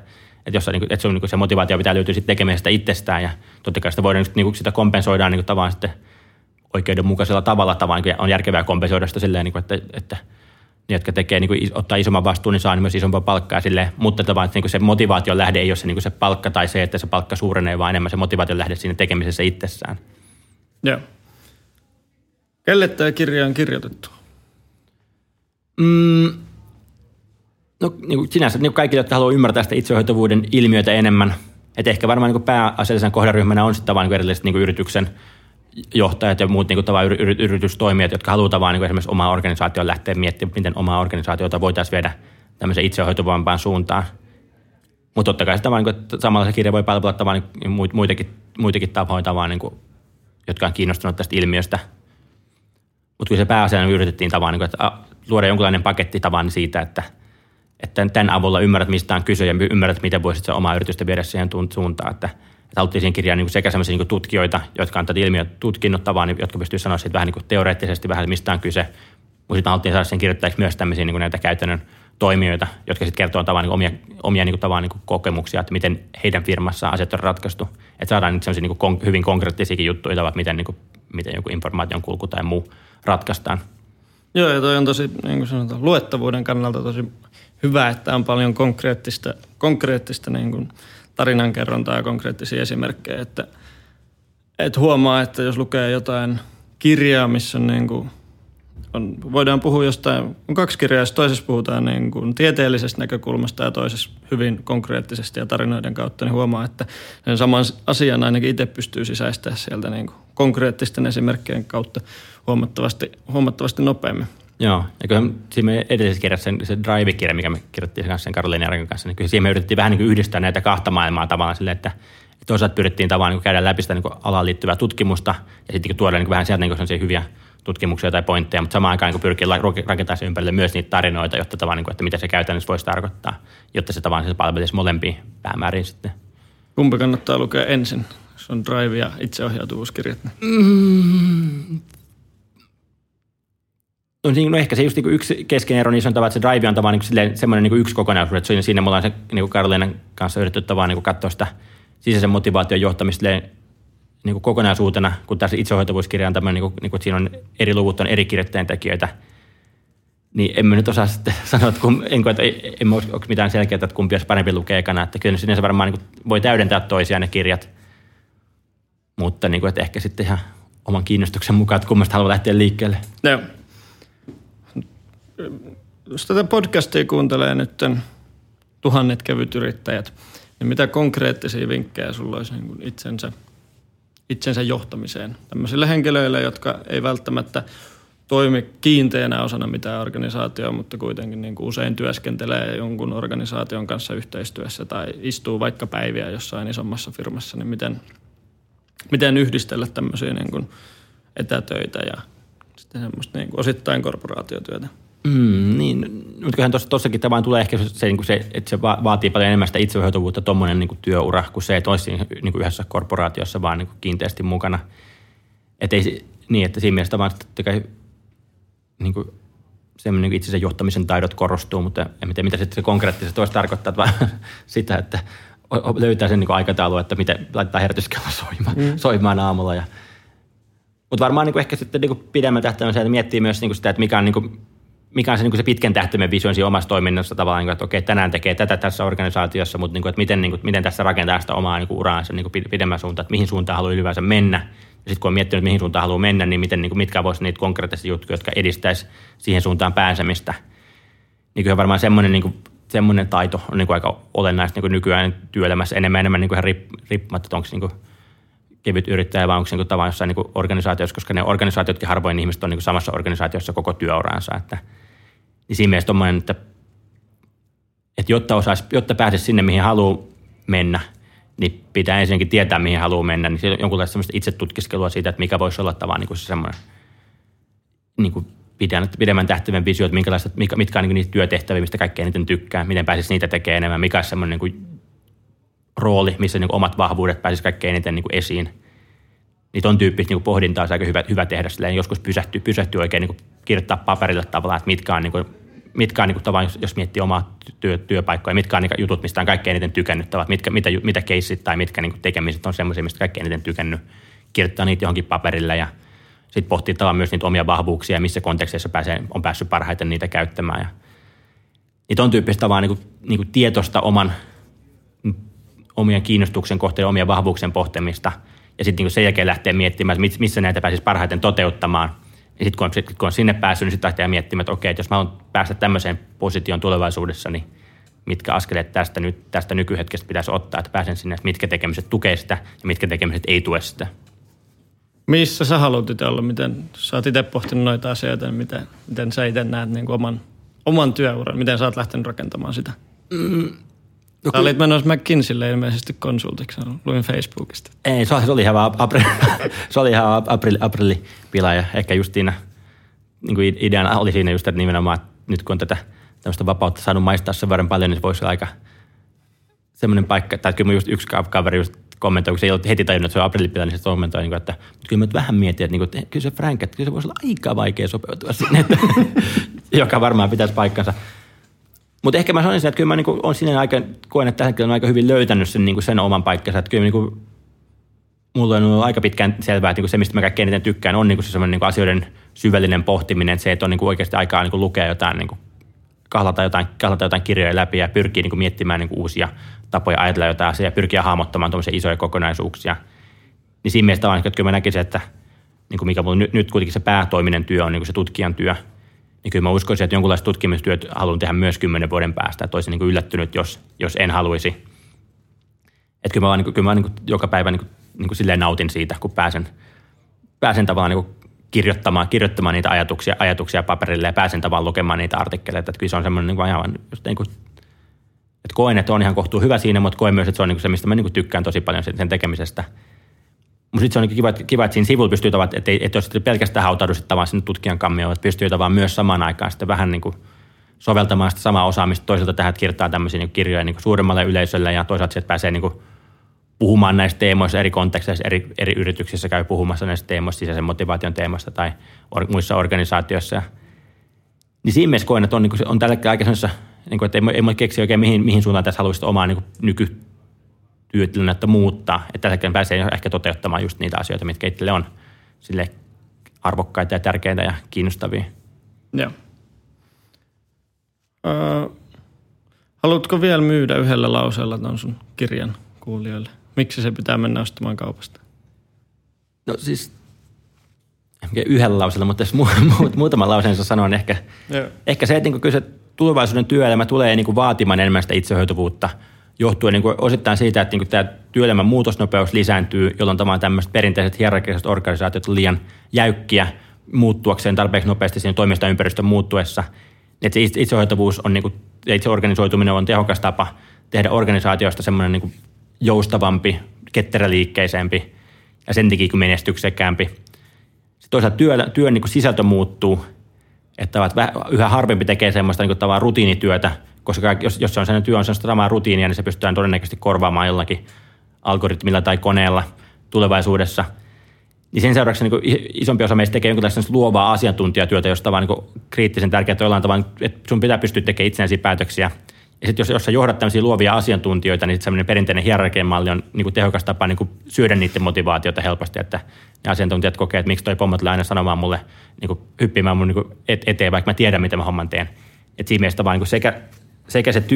sun se motivaatio pitää löytyä sitten tekemisestä itsestään ja totta kai sitä voidaan niin sitä kompensoidaan niin tavallaan sitten oikeudenmukaisella tavalla, on järkevää kompensoida sitä silleen, että jotka tekee, niin kuin, ottaa isomman vastuun, niin saa myös isompaa palkkaa silleen, mutta tavallaan, että niin se motivaation lähde ei ole se, niin se palkka tai se, että se palkka suurenee, vaan enemmän se motivaation lähde siinä tekemisessä itsessään. Joo. Kelle tämä kirja on kirjoitettu? No niin sinänsä niin kaikille, jotka haluaa ymmärtää sitä itseohjautuvuuden ilmiötä enemmän. Että ehkä varmaan niin pääasiallisen kohderyhmänä on sitten vaan niin erilaiset niin yrityksen johtajat ja muut niin yritystoimijat, jotka haluaa vaan niin esimerkiksi omaa organisaatioon lähteä miettimään, miten omaa organisaatiota voitaisiin viedä tämmöiseen itseohjautuvampaan suuntaan. Mutta totta kai sitä vaan, niin kuin, samalla se kirja voi palvella niin muitakin tapoja, vaan, niin kuin, jotka on kiinnostunut tästä ilmiöstä. Mutta kyllä se pääasiallinen yritettiin tavallaan, niin kuin, että luoda jonkinlainen paketti tavallaan siitä, että tämän avulla ymmärrät, mistä on kyse ja ymmärrät, miten voisit se omaa yritystä viedä siihen suuntaan. Että haluttiin siihen kirjaan niin sekä sellaisia niin tutkijoita, jotka on tätä ilmiötä tutkinut tavallaan, jotka pystyvät sanoa siitä vähän niin teoreettisesti, vähän mistä on kyse. Mutta sitten haluttiin saada siihen kirjoittajiksi myös tämmöisiä niin näitä käytännön toimijoita, jotka sitten kertoo tavallaan niin omia niin tavallaan niin kokemuksia, että miten heidän firmassaan asiat on ratkaistu. Että saadaan nyt sellaisia niin hyvin konkreettisiakin juttuja, että miten joku informaation kulku tai muu ratkaistaan. Joo, ja toi on tosi, niin kuin sanotaan, luettavuuden kannalta tosi hyvä, että on paljon konkreettista niin kuin tarinankerrontaa ja konkreettisia esimerkkejä, että huomaa, että jos lukee jotain kirjaa, missä on niin kuin voidaan puhua jostain, on 2 kirjaa, jos toisessa puhutaan niin kuin tieteellisestä näkökulmasta ja toisessa hyvin konkreettisesti ja tarinoiden kautta, niin huomaa, että sen saman asian ainakin itse pystyy sisäistämään sieltä niin kuin konkreettisten esimerkkien kautta huomattavasti nopeammin. Joo, ja kyllä siinä edellisessä kirjassa se Drive-kirja, mikä me kirjoittiin sen Karoliina Järven kanssa, niin kyllä siihen me yritettiin vähän niin kuin yhdistää näitä kahta maailmaa tavallaan silleen, että toisaalta pyrittiin tavallaan niin käydä läpi sitä niin alaan liittyvää tutkimusta ja sitten tuoda niin vähän sieltä niin sellaisia hyviä tutkimuksia tai pointteja, mutta samaan aikaan niin pyrkii rakentamaan sen ympärille myös niitä tarinoita, jotta tavallaan, niin kuin, että mitä se käytännössä voisi tarkoittaa, jotta se tavallaan se palvelisi molempia päämääriin sitten. Kumpi kannattaa lukea ensin? Se on Drive ja itseohjautuvuuskirjat. No ehkä se just niin yksi keskeinen ero, niin se on tavallaan, että se Drive on tavallaan niin semmoinen niin yksi kokonaisuus, että siinä me ollaan se niin Karoliinan kanssa yritetty tavallaan niin katsoa sitä sisäisen motivaation johtamista niin kokonaisuutena, kun tässä itseohjautuvuuskirja on tämmöinen, niin kuin, että siinä on eri luvut, on eri kirjoittajien tekijöitä, niin emme nyt osaa sitten sanoa, että onko mitään selkeää, että kumpi olisi parempi lukea ekana, että kyllä sinänsä varmaan niin voi täydentää toisiaan ne kirjat, mutta niin kuin, että ehkä sitten ihan oman kiinnostuksen mukaan, että kummasta haluaa lähteä liikkeelle. Joo. Jos tätä podcastia kuuntelee nyt tuhannet kevytyrittäjät, niin mitä konkreettisia vinkkejä sulla olisi niin kuin itsensä johtamiseen tämmöisille henkilöille, jotka ei välttämättä toimi kiinteänä osana mitään organisaatioa, mutta kuitenkin niin kuin usein työskentelee jonkun organisaation kanssa yhteistyössä tai istuu vaikka päiviä jossain isommassa firmassa, niin miten yhdistellä tämmöisiä niin kuin etätöitä ja sitten semmoista niin kuin osittain korporaatiotyötä? Niin, mutta kyllähän tuossakin tavallaan tulee ehkä se, että se vaatii paljon enemmän sitä itseohjautuvuutta tuommoinen niin työura, kuin se, että olisi niin yhdessä korporaatiossa vaan niin kiinteästi mukana. Että siinä mielessä tavallaan niin semmoinen niin itsensä johtamisen taidot korostuu, mutta en tiedä, mitä sitten se konkreettisesti voisi tarkoittaa, vaan sitä, että löytää sen niin aikataulu, että miten laittaa herätyskello soimaan aamulla. Mutta varmaan niin ehkä sitten niin pidemmän tähtäimellä miettii myös niin sitä, että mikä on se, niin se pitkän tähtäimen visio siinä omassa toiminnassa tavallaan, että okei, tänään tekee tätä tässä organisaatiossa, mutta että miten tässä rakentaa sitä omaa uraansa pidemmän suuntaan, että mihin suuntaan haluaa ylipäänsä mennä. Ja sitten kun on miettinyt, mihin suuntaan haluaa mennä, niin mitkä voisivat niitä konkreettisia juttuja, jotka edistäisi siihen suuntaan pääsemistä. Niin kyllä varmaan semmoinen taito on aika olennaista nykyään työelämässä enemmän ihan riippumatta, että onko se kevyt yrittäjä vai onko se tavallaan jossain organisaatiossa, koska ne organisaatiotkin harvoin ihmiset on samassa organisaatiossa koko työuraansa. Niin siinä mielessä tommoinen, että jotta pääsisi sinne, mihin haluaa mennä, niin pitää ensinnäkin tietää, mihin haluaa mennä. Niin siellä on jonkunlaista semmoista itsetutkiskelua siitä, että mikä voisi olla tavallaan se semmoinen pidemmän tähtäimen visio, että mitkä on niitä työtehtäviä, mistä kaikkein eniten tykkää, miten pääsisi niitä tekemään enemmän, mikä on semmoinen rooli, missä omat vahvuudet pääsisi kaikkein eniten esiin. Niin ton tyyppistä pohdintaa olisi aika hyvä tehdä silleen, joskus pysähtyy oikein kirjoittaa paperille tavallaan, että mitkä on tavallaan, jos miettii omaa työpaikkoja, mitkä on jutut, mistä on kaikkein eniten tykännyt, mitä keissit tai mitkä tekemiset on semmoisia, mistä kaikkein eniten tykännyt, kirjoittaa niitä johonkin paperille ja sitten pohtii tavallaan myös niitä omia vahvuuksia ja missä konteksteissa on päässyt parhaiten niitä käyttämään. Ja niitä on tyyppistä vaan niin kuin tietoista omien kiinnostuksen kohteen, omien vahvuuksien pohtimista. Ja sitten niin sen jälkeen lähtee miettimään, että missä näitä pääsisi parhaiten toteuttamaan. Ja sitten kun on sinne päässyt, niin sitten lähtee miettimään, että okei, että jos mä haluan päästä tämmöiseen positioon tulevaisuudessa, niin mitkä askeleet tästä nykyhetkestä pitäisi ottaa, että pääsen sinne, että mitkä tekemiset tukee sitä ja mitkä tekemiset ei tue sitä. Missä sä haluat itse olla? Miten sä oot itse pohtinut noita asioita, niin miten sä itse näet niin kuin oman työuran? Miten sä oot lähtenyt rakentamaan sitä? Sä olit menossa McKinseylle ilmeisesti konsultiksi, luin Facebookista. Ei, se oli ihan aprillipila ja ehkä just siinä niin ideana oli siinä just, että nimenomaan, että nyt kun on tämmöistä vapautta saanut maistaa sen verran paljon, niin se voisi olla aika semmoinen paikka, tai kyllä just yksi kaveri just kommentoi, kun se ei ollut heti tajunnut, että se on aprillipila, niin se kommentoi, että kyllä mä vähän mietin, että kyllä se Frank, että kyllä se voisi olla aika vaikea sopeutua sinne, että, joka varmaan pitäisi paikkansa. Mutta ehkä mä sanoisin, että kyllä mä olen sinne koen, että tällä hetkellä on aika hyvin löytänyt sen oman paikkansa, että kyllä mulla on ollut aika pitkään selvää, että se, mistä mä kaikkein eniten tykkään, on se semmoinen asioiden syvällinen pohtiminen, se, että on oikeasti aikaa lukea jotain, kahlata jotain kirjoja läpi ja pyrkii miettimään uusia tapoja ajatella jotain asiaa ja pyrkiä hahmottamaan tuollaisia isoja kokonaisuuksia. Niin siinä mielessä että kyllä mä näkisin, että mikä mulla nyt kuitenkin se päätoiminen työ on se tutkijan työ, niin kyllä mä uskoisin, että jonkunlaista tutkimustyöt haluan tehdä myös 10 vuoden päästä, että olisin yllättynyt, jos en haluaisi. Että kyllä mä joka päivä silleen nautin siitä, kun pääsen tavallaan kirjoittamaan niitä ajatuksia paperille ja pääsen tavallaan lukemaan niitä artikkeleita. Että kyllä se on semmoinen että koen, että on ihan kohtuu hyvä siinä, mutta koen myös, että se on se, mistä mä tykkään tosi paljon sen tekemisestä. Mutta sitten se on kiva, että siinä sivulla pystyy tavallaan, että jos pelkästään hautaudu sitten tavallaan sinne tutkijan kammioon, että pystyy tavallaan myös samaan aikaan sitten vähän soveltamaan sitä samaa osaamista toisaalta tähän, että kirjoittaa tämmöisiä kirjoja suuremmalle yleisölle ja toisaalta sieltä pääsee puhumaan näistä teemoista eri konteksteissa, eri yrityksissä käy puhumassa näistä teemoista, sisäisen motivaation teemoista tai muissa organisaatioissa. Niin siinä mielessä koen, että on tällä hetkellä aika sellaisessa, että ei voi keksiä oikein mihin suuntaan tässä haluaisit omaa nykytyötilannetta muuttaa. Että tällä hetkellä pääsee ehkä toteuttamaan just niitä asioita, mitkä itselle on sille arvokkaita ja tärkeitä ja kiinnostavia. Joo. Haluatko vielä myydä yhdellä lauseella ton sun kirjan kuulijoille? Miksi se pitää mennä ostamaan kaupasta? No siis, yhdellä lauseella, mutta jos muutaman lauseen sanon ehkä se, että kyllä se tulevaisuuden työelämä tulee vaatimaan enemmän sitä itsehoitavuutta, johtuen osittain siitä, että tämä työelämän muutosnopeus lisääntyy, jolloin tämmöiset perinteiset hierarkiset organisaatiot on liian jäykkiä muuttuakseen tarpeeksi nopeasti siinä toimintaympäristön muuttuessa. Että se itsehoitavuus on, itseorganisoituminen on tehokas tapa tehdä organisaatioista semmoinen joustavampi, ketteräliikkeisempi ja sen takia menestyksekkäämpi. Sitten toisaalta työn sisältö muuttuu, että yhä harvempi tekee semmoista tavallaan rutiinityötä, koska jos se on sellainen työ on sellaista samaa rutiinia, niin se pystytään todennäköisesti korvaamaan jollakin algoritmilla tai koneella tulevaisuudessa. Niin sen seurauksena isompi osa meistä tekee jonkinlaista luovaa asiantuntijatyötä, josta vaan kriittisen tärkeää jollain tavalla, että sun pitää pystyä tekemään itsenäisiä päätöksiä. Ja sitten jos sä johdat tämmöisiä luovia asiantuntijoita, niin semmoinen perinteinen hierarkian malli on tehokas tapa syödä niiden motivaatiota helposti, että ne asiantuntijat kokee, että miksi toi pommo tulee aina sanomaan mulle, hyppimään mun eteen, vaikka mä tiedän, miten mä homman teen. Että siinä mielessä vaan sekä se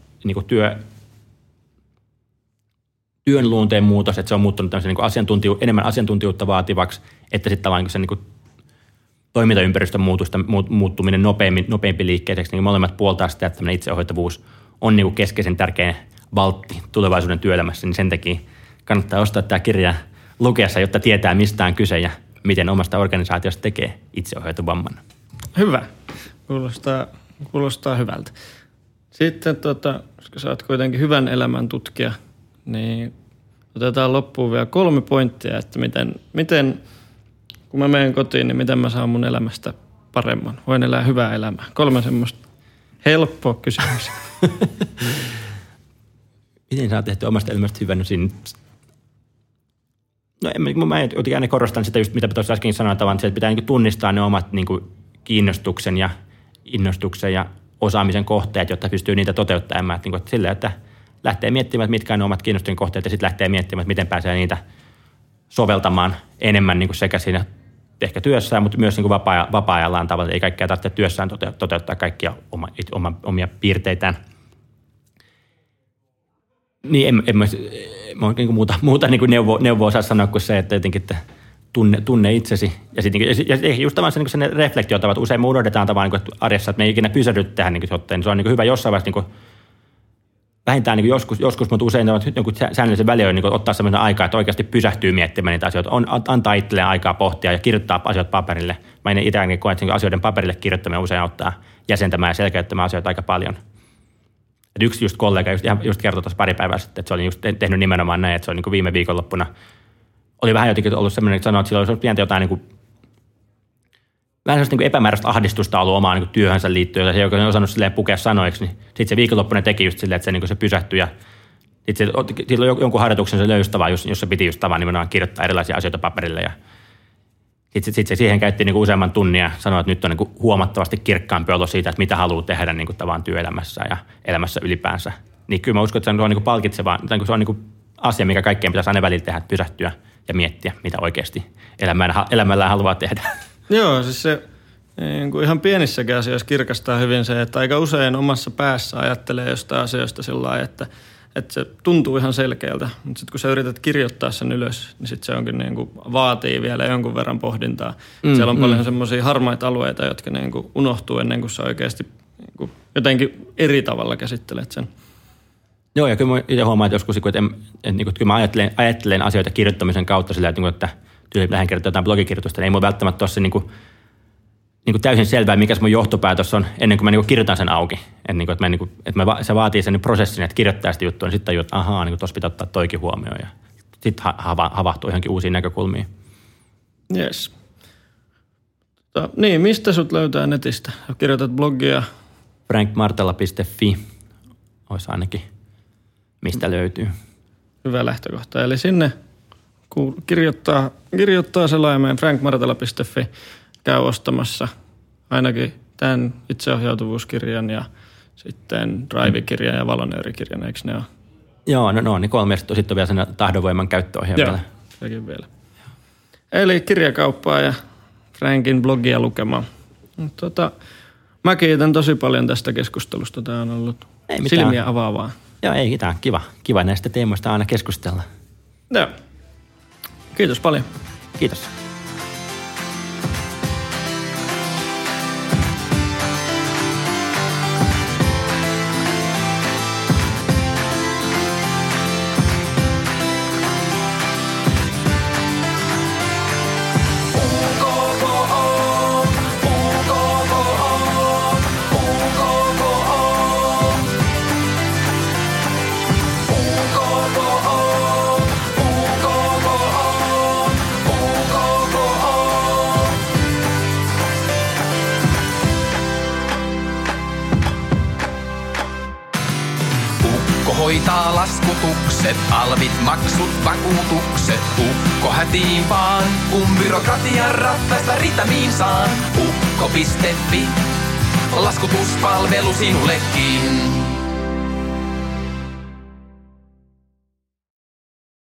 työn luonteen muutos, että se on muuttunut tämmöisen enemmän asiantuntijuutta vaativaksi, että sitten tavallaan se toimintaympäristön muuttuminen nopeampi liikkeiseksi, niin molemmat puoltaa sitä, että itseohjattavuus on keskeisen tärkeä valtti tulevaisuuden työelämässä, niin sen takia kannattaa ostaa tämä kirja lukeessa, jotta tietää mistä on kyse ja miten omasta organisaatiosta tekee itseohjautuvamman. Hyvä. Kuulostaa hyvältä. Sitten, koska sä oot kuitenkin hyvän elämän tutkija, niin otetaan loppuun vielä 3 pointtia, että miten kun mä menen kotiin, niin miten mä saan mun elämästä paremman? Voin elää hyvää elämää. 3 semmoista helppoa kysymystä. Miten sä oot tehty omasta elämästä hyvän? No mä jotenkin aina korostan sitä just, mitä tuossa äsken sanoin, että pitää tunnistaa ne omat kiinnostuksen ja innostuksen ja osaamisen kohteet, jotta pystyy niitä toteuttamaan. Että sillä, että lähtee miettimään, että mitkä on ne omat kiinnostuksen kohteet ja sitten lähtee miettimään, että miten pääsee niitä soveltamaan enemmän sekä siinä ehkä työssään, mutta myös niin kuin vapaa-ajallaan tavalla. Ei kaikkea tarvitse työssään toteuttaa kaikkia omia piirteitään. Niin en mä niin muuta niin kuin neuvoa osaa sanoa kuin se, että jotenkin että tunne itsesi. Ja sitten niin just tavallaan se niin reflektioita, että usein me unohdetaan tavallaan niin arjessa, että me ei ikinä pysähdy tähän. Niin se on niin hyvä jossain vaiheessa niin vähintään niin joskus, mutta usein jonkun säännöllisen väliin niin ottaa sellaisen aikaa, että oikeasti pysähtyy miettimään niitä asioita. Antaa itselleen aikaa pohtia ja kirjoittaa asioita paperille. Mä itse koen, että asioiden paperille kirjoittaminen usein auttaa jäsentämään ja selkeyttämään asioita aika paljon. Et yksi just kollega just kertoi tuossa pari päivää sitten, että se oli just tehnyt nimenomaan näin, että se oli niin viime viikonloppuna. Oli vähän jotenkin ollut sellainen, että sanoi, että sillä olisi pientä jotain niin kuin, vähän sellaista niin epämääräistä ahdistusta ollut omaan niin työhönsä liittyen, ja se ei oikein osannut silleen pukea sanoiksi, niin sitten se viikonloppuna teki just silleen, että se, niin se pysähtyi, ja sitten sillä jonkun harjoituksen se löysi tavan, jossa piti just tavan nimenomaan kirjoittaa erilaisia asioita paperille, ja sitten se siihen käytti niin useamman tunnin ja sanoi, että nyt on niin huomattavasti kirkkaampi olo siitä, että mitä haluaa tehdä niin tavan työelämässä ja elämässä ylipäänsä. Niin kyllä mä uskon, että se on niin palkitsevaa, se on niin asia, mikä kaikkien pitäisi aina välillä tehdä, pysähtyä ja miettiä, mitä oikeasti elämällään haluaa tehdä. Joo, siis se niin ihan pienissäkin asioissa kirkastaa hyvin se, että aika usein omassa päässä ajattelee jostain asioista sillä lailla, että se tuntuu ihan selkeältä, mutta sitten kun sä yrität kirjoittaa sen ylös, niin sitten se onkin niin kuin vaatii vielä jonkun verran pohdintaa. Siellä on paljon semmoisia harmaita alueita, jotka niin kuin unohtuu ennen kuin sä oikeasti niin kuin jotenkin eri tavalla käsittelet sen. Joo, ja kyllä mä itse huomaan, että joskus, että kyllä mä ajattelen asioita kirjoittamisen kautta sillä, että lähden kirjoittamaan jotain blogikirjoitusta, niin ei mun välttämättä ole se niin kuin täysin selvää, mikä se mun johtopäätös on, ennen kuin mä kirjoitan sen auki. Se vaatii sen prosessin, että kirjoittaa sitä juttua, niin sitten tajuu, että ahaa, tuossa pitää ottaa toikin huomioon. Ja sitten havahtuu johonkin uusiin näkökulmiin. Jes. Niin, mistä sut löytää netistä? Kirjoitat blogia? frankmartela.fi olisi ainakin, mistä löytyy. Hyvä lähtökohta. Eli sinne kun kirjoittaa selaimeen frankmartela.fi, käy ostamassa ainakin tämän itseohjautuvuuskirjan ja sitten Drive-kirjan ja Valonööri-kirjan, eikö ne ole? Joo, no niin 3. Sitten on vielä sen tahdonvoiman käyttöohjaaja vielä. Sekin vielä. Eli kirjakauppaa ja Frankin blogia lukemaan. Mä kiitän tosi paljon tästä keskustelusta. Tämä on ollut silmiä avaavaa. Joo, ei mitään. Kiva näistä teemoista aina keskustella. Joo. Kiitos paljon. Kiitos. Hoitaa laskutukset, alvit, maksut, vakuutukset. Ukko hätiin vaan, kun byrokratian rattaista ritamiin saan. Ukko.fi, laskutuspalvelu sinullekin.